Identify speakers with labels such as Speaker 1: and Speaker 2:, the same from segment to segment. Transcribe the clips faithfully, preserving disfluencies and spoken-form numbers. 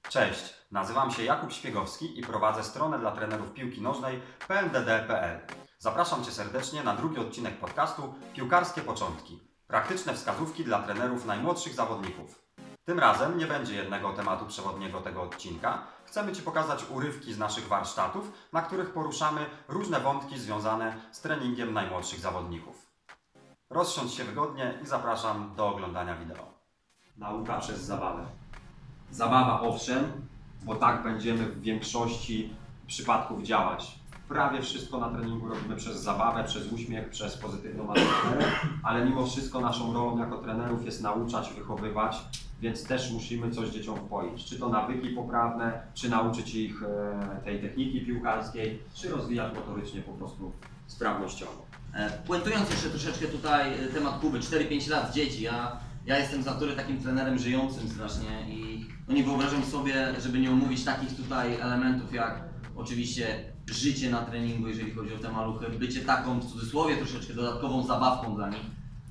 Speaker 1: Cześć, nazywam się Jakub Śpiegowski i prowadzę stronę dla trenerów piłki nożnej p n d d kropka p l. Zapraszam Cię serdecznie na drugi odcinek podcastu Piłkarskie Początki. Praktyczne wskazówki dla trenerów najmłodszych zawodników. Tym razem nie będzie jednego tematu przewodniego tego odcinka. Chcemy Ci pokazać urywki z naszych warsztatów, na których poruszamy różne wątki związane z treningiem najmłodszych zawodników. Rozsiądź się wygodnie i zapraszam do oglądania wideo. Nauka przez zabawę. Zabawa owszem, bo tak będziemy w większości przypadków działać. Prawie wszystko na treningu robimy przez zabawę, przez uśmiech, przez pozytywną atmosferę, ale mimo wszystko naszą rolą jako trenerów jest nauczać, wychowywać, więc też musimy coś dzieciom wpoić. Czy to nawyki poprawne, czy nauczyć ich e, tej techniki piłkarskiej, czy rozwijać motorycznie po prostu sprawnościowo.
Speaker 2: Puentując jeszcze troszeczkę tutaj temat Kuby, cztery pięć lat, dzieci, ja, ja jestem z natury takim trenerem żyjącym strasznie i no nie wyobrażam sobie, żeby nie omówić takich tutaj elementów jak oczywiście życie na treningu, jeżeli chodzi o te maluchy, bycie taką w cudzysłowie troszeczkę dodatkową zabawką dla nich.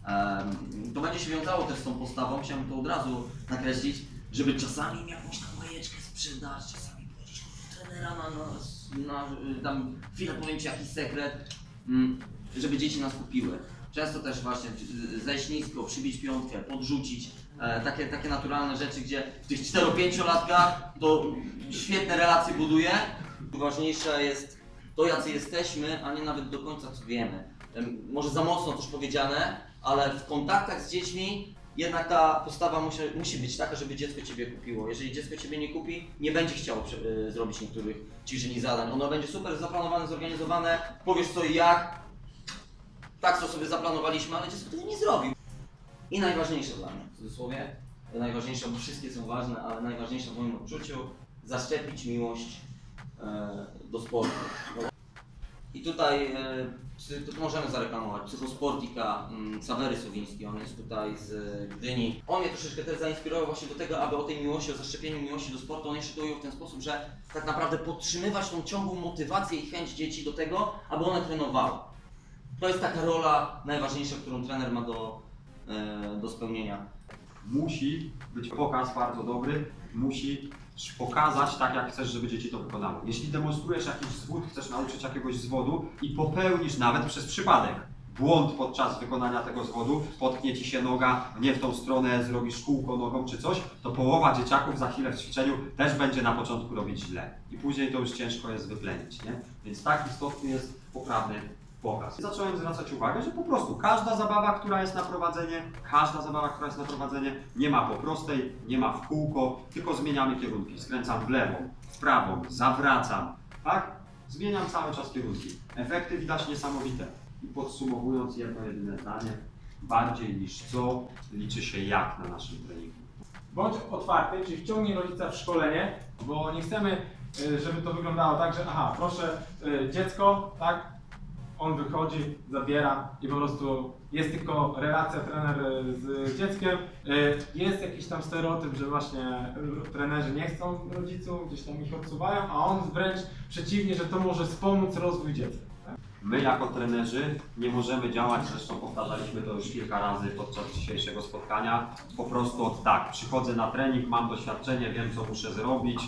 Speaker 2: Um, to będzie się wiązało też z tą postawą, chciałbym to od razu nakreślić, żeby czasami im jakąś tam bajeczkę sprzedać, czasami powiedzieć trenera na nas, na, tam chwilę powiem Ci jakiś sekret. Um, żeby dzieci nas kupiły. Często też właśnie zejść nisko, przybić piątkę, podrzucić, e, takie, takie naturalne rzeczy, gdzie w tych cztero-pięciolatkach to świetne relacje buduje. Ważniejsze jest to, jacy jesteśmy, a nie nawet do końca co wiemy. E, może za mocno też powiedziane, ale w kontaktach z dziećmi jednak ta postawa musi, musi być taka, żeby dziecko Ciebie kupiło. Jeżeli dziecko Ciebie nie kupi, nie będzie chciało e, zrobić niektórych ćwiczeń i zadań. Ono będzie super zaplanowane, zorganizowane, powiesz co i jak, tak co sobie zaplanowaliśmy, ale dziecko tego nie zrobił. I najważniejsze dla mnie, w cudzysłowie, najważniejsze, bo wszystkie są ważne, ale najważniejsze w moim odczuciu, zaszczepić miłość e, do sportu. I tutaj e, to możemy zareklamować Psychosportika, m, Sawery Sowiński, on jest tutaj z Gdyni. On mnie troszeczkę też zainspirował właśnie do tego, aby o tej miłości, o zaszczepieniu miłości do sportu, on jeszcze to ujął w ten sposób, że tak naprawdę podtrzymywać tą ciągłą motywację i chęć dzieci do tego, aby one trenowały. To jest taka rola najważniejsza, którą trener ma do, e, do spełnienia.
Speaker 1: Musi być pokaz bardzo dobry, musi pokazać tak, jak chcesz, żeby dzieci to wykonały. Jeśli demonstrujesz jakiś zwód, chcesz nauczyć jakiegoś zwodu i popełnisz nawet przez przypadek błąd podczas wykonania tego zwodu, potknie Ci się noga, nie w tą stronę, zrobisz kółko nogą czy coś, to połowa dzieciaków za chwilę w ćwiczeniu też będzie na początku robić źle. I później to już ciężko jest wyplenić, nie? Więc tak istotny jest poprawny pokaz. I zacząłem zwracać uwagę, że po prostu każda zabawa, która jest na prowadzenie, każda zabawa, która jest na prowadzenie, nie ma po prostej, nie ma w kółko, tylko zmieniamy kierunki. Skręcam w lewą, w prawą, zawracam, tak? Zmieniam cały czas kierunki. Efekty widać niesamowite. I podsumowując jedno jedyne zdanie, bardziej niż co, liczy się jak na naszym treningu.
Speaker 3: Bądź otwarty, czyli wciągnij rodzica w szkolenie, bo nie chcemy, żeby to wyglądało tak, że aha, proszę dziecko, tak? On wychodzi, zabiera i po prostu jest tylko relacja trener z dzieckiem. Jest jakiś tam stereotyp, że właśnie trenerzy nie chcą rodziców, gdzieś tam ich odsuwają, a on wręcz przeciwnie, że to może wspomóc rozwój dziecka. Tak?
Speaker 1: My jako trenerzy nie możemy działać, zresztą powtarzaliśmy to już kilka razy podczas dzisiejszego spotkania, po prostu od tak, przychodzę na trening, mam doświadczenie, wiem co muszę zrobić,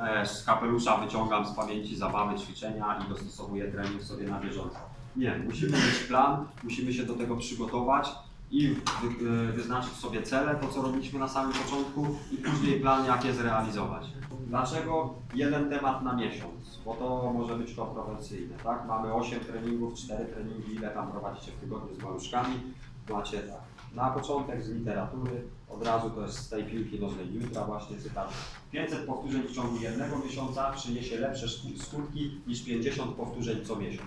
Speaker 1: z kapelusza wyciągam z pamięci zabawy, ćwiczenia i dostosowuję trening sobie na bieżąco. Nie, musimy mieć plan, musimy się do tego przygotować i wy, wyznaczyć sobie cele, to co robiliśmy na samym początku i później plan, jak je zrealizować. Dlaczego jeden temat na miesiąc? Bo to może być kontrowersyjne, tak? Mamy osiem treningów, cztery treningi, ile tam prowadzicie w tygodniu z maluszkami? Macie tak. Na początek z literatury, od razu to jest z tej piłki nożnej jutra właśnie cytat. pięćset powtórzeń w ciągu jednego miesiąca przyniesie lepsze skutki niż pięćdziesiąt powtórzeń co miesiąc.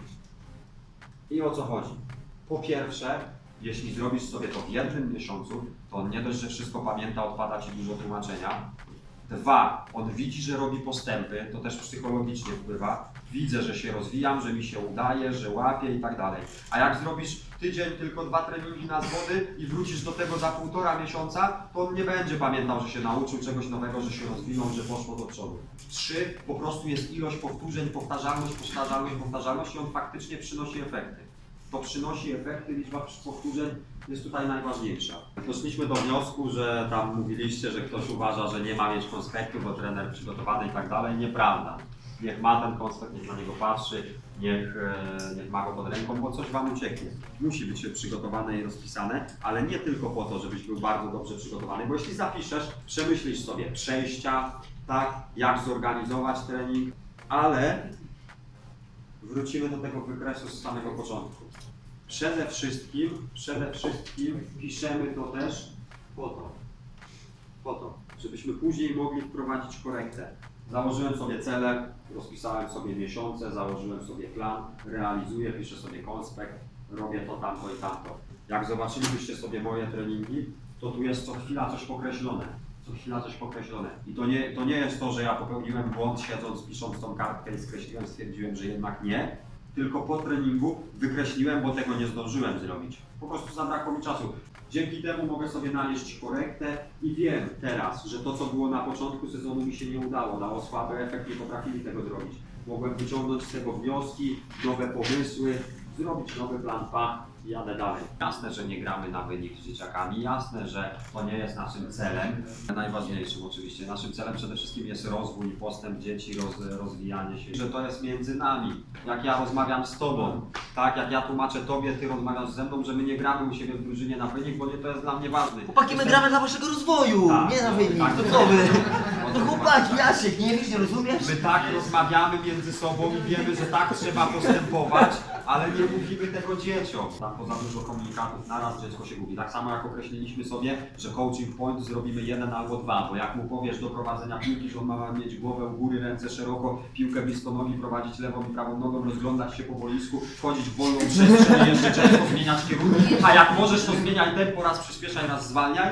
Speaker 1: I o co chodzi? Po pierwsze, jeśli zrobisz sobie to w jednym miesiącu, to on nie dość, że wszystko pamięta, odpada Ci dużo tłumaczenia. Dwa, on widzi, że robi postępy, to też psychologicznie wpływa. Widzę, że się rozwijam, że mi się udaje, że łapię i tak dalej. A jak zrobisz tydzień, tylko dwa treningi na zwody i wrócisz do tego za półtora miesiąca, to on nie będzie pamiętał, że się nauczył czegoś nowego, że się rozwinął, że poszło do przodu. Trzy, po prostu jest ilość powtórzeń, powtarzalność, powtarzalność, powtarzalność i on faktycznie przynosi efekty. to przynosi efekty, liczba powtórzeń jest tutaj najważniejsza. Doszliśmy do wniosku, że tam mówiliście, że ktoś uważa, że nie ma mieć konspektu, bo trener przygotowany i tak dalej. Nieprawda. Niech ma ten konspekt, niech na niego patrzy, niech, e, niech ma go pod ręką, bo coś Wam ucieknie. Musi być przygotowane i rozpisane, ale nie tylko po to, żebyś był bardzo dobrze przygotowany, bo jeśli zapiszesz, przemyślisz sobie przejścia, tak, jak zorganizować trening, ale wrócimy do tego wykresu z samego początku. Przede wszystkim, przede wszystkim piszemy to też po to, po to, żebyśmy później mogli wprowadzić korektę. Założyłem sobie cele, rozpisałem sobie miesiące, założyłem sobie plan, realizuję, piszę sobie konspekt, robię to, tamto i tamto. Jak zobaczylibyście sobie moje treningi, to tu jest co chwila coś pokreślone. Co chwila coś pokreślone. I to nie, to nie jest to, że ja popełniłem błąd siedząc, pisząc tą kartkę i skreśliłem, stwierdziłem, że jednak nie. Tylko po treningu wykreśliłem, bo tego nie zdążyłem zrobić. Po prostu zabrakło mi czasu. Dzięki temu mogę sobie nanieść korektę i wiem teraz, że to, co było na początku sezonu, mi się nie udało. Dało słaby efekt, nie potrafili tego zrobić. Mogłem wyciągnąć z tego wnioski, nowe pomysły, zrobić nowy plan P i jadę dalej. Jasne, że nie gramy na wynik z dzieciakami, jasne, że to nie jest naszym celem. Najważniejszym oczywiście. Naszym celem przede wszystkim jest rozwój, postęp dzieci, roz, rozwijanie się. Że to jest między nami. Jak ja rozmawiam z Tobą, tak, jak ja tłumaczę Tobie, Ty rozmawiasz ze mną, że my nie gramy u siebie w drużynie na wynik, bo nie, to jest dla mnie ważne.
Speaker 2: Chłopaki, my
Speaker 1: Jestem...
Speaker 2: gramy dla waszego rozwoju,
Speaker 1: Tak,
Speaker 2: nie na
Speaker 1: no,
Speaker 2: wynik.
Speaker 1: tak,
Speaker 2: To
Speaker 1: tak,
Speaker 2: co wy?
Speaker 1: tak.
Speaker 2: No chłopaki, Jasiek, nie wiesz, nie rozumiesz?
Speaker 1: My tak rozmawiamy między sobą i wiemy, że tak trzeba postępować, ale nie mówimy tego dzieciom. Tam poza dużo komunikatów naraz dziecko się gubi. Tak samo jak określiliśmy sobie, że coaching point zrobimy jeden albo dwa, bo jak mu powiesz do prowadzenia piłki, że on ma mieć głowę u góry, ręce szeroko, piłkę blisko nogi, prowadzić lewą i prawą nogą, rozglądać się po boisku, wchodzić w wolną przestrzeń, jeszcze często zmieniać kierunek, a jak możesz, to zmieniaj tempo, raz przyspieszaj, raz zwalniaj,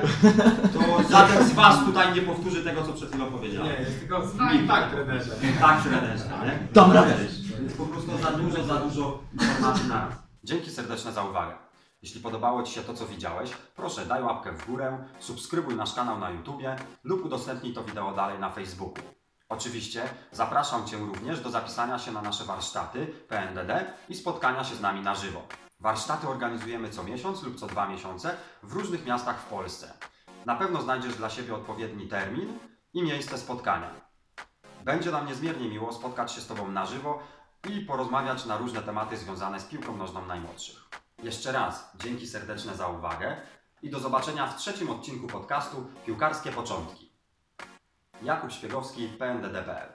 Speaker 1: to żaden z Was tutaj nie powtórzy tego, co przed chwilą powiedziałem.
Speaker 3: Nie, jest tylko z nim, tak trenerze.
Speaker 1: Tak, trenerze, nie?
Speaker 2: Dobra.
Speaker 1: Więc po prostu za dużo, za dużo informacji na raz. Dzięki serdeczne za uwagę. Jeśli podobało Ci się to, co widziałeś, proszę daj łapkę w górę, subskrybuj nasz kanał na YouTubie lub udostępnij to wideo dalej na Facebooku. Oczywiście zapraszam Cię również do zapisania się na nasze warsztaty P N D D i spotkania się z nami na żywo. Warsztaty organizujemy co miesiąc lub co dwa miesiące w różnych miastach w Polsce. Na pewno znajdziesz dla siebie odpowiedni termin i miejsce spotkania. Będzie nam niezmiernie miło spotkać się z Tobą na żywo i porozmawiać na różne tematy związane z piłką nożną najmłodszych. Jeszcze raz dzięki serdeczne za uwagę i do zobaczenia w trzecim odcinku podcastu Piłkarskie Początki. Jakub Szpiegowski, P N D D kropka P L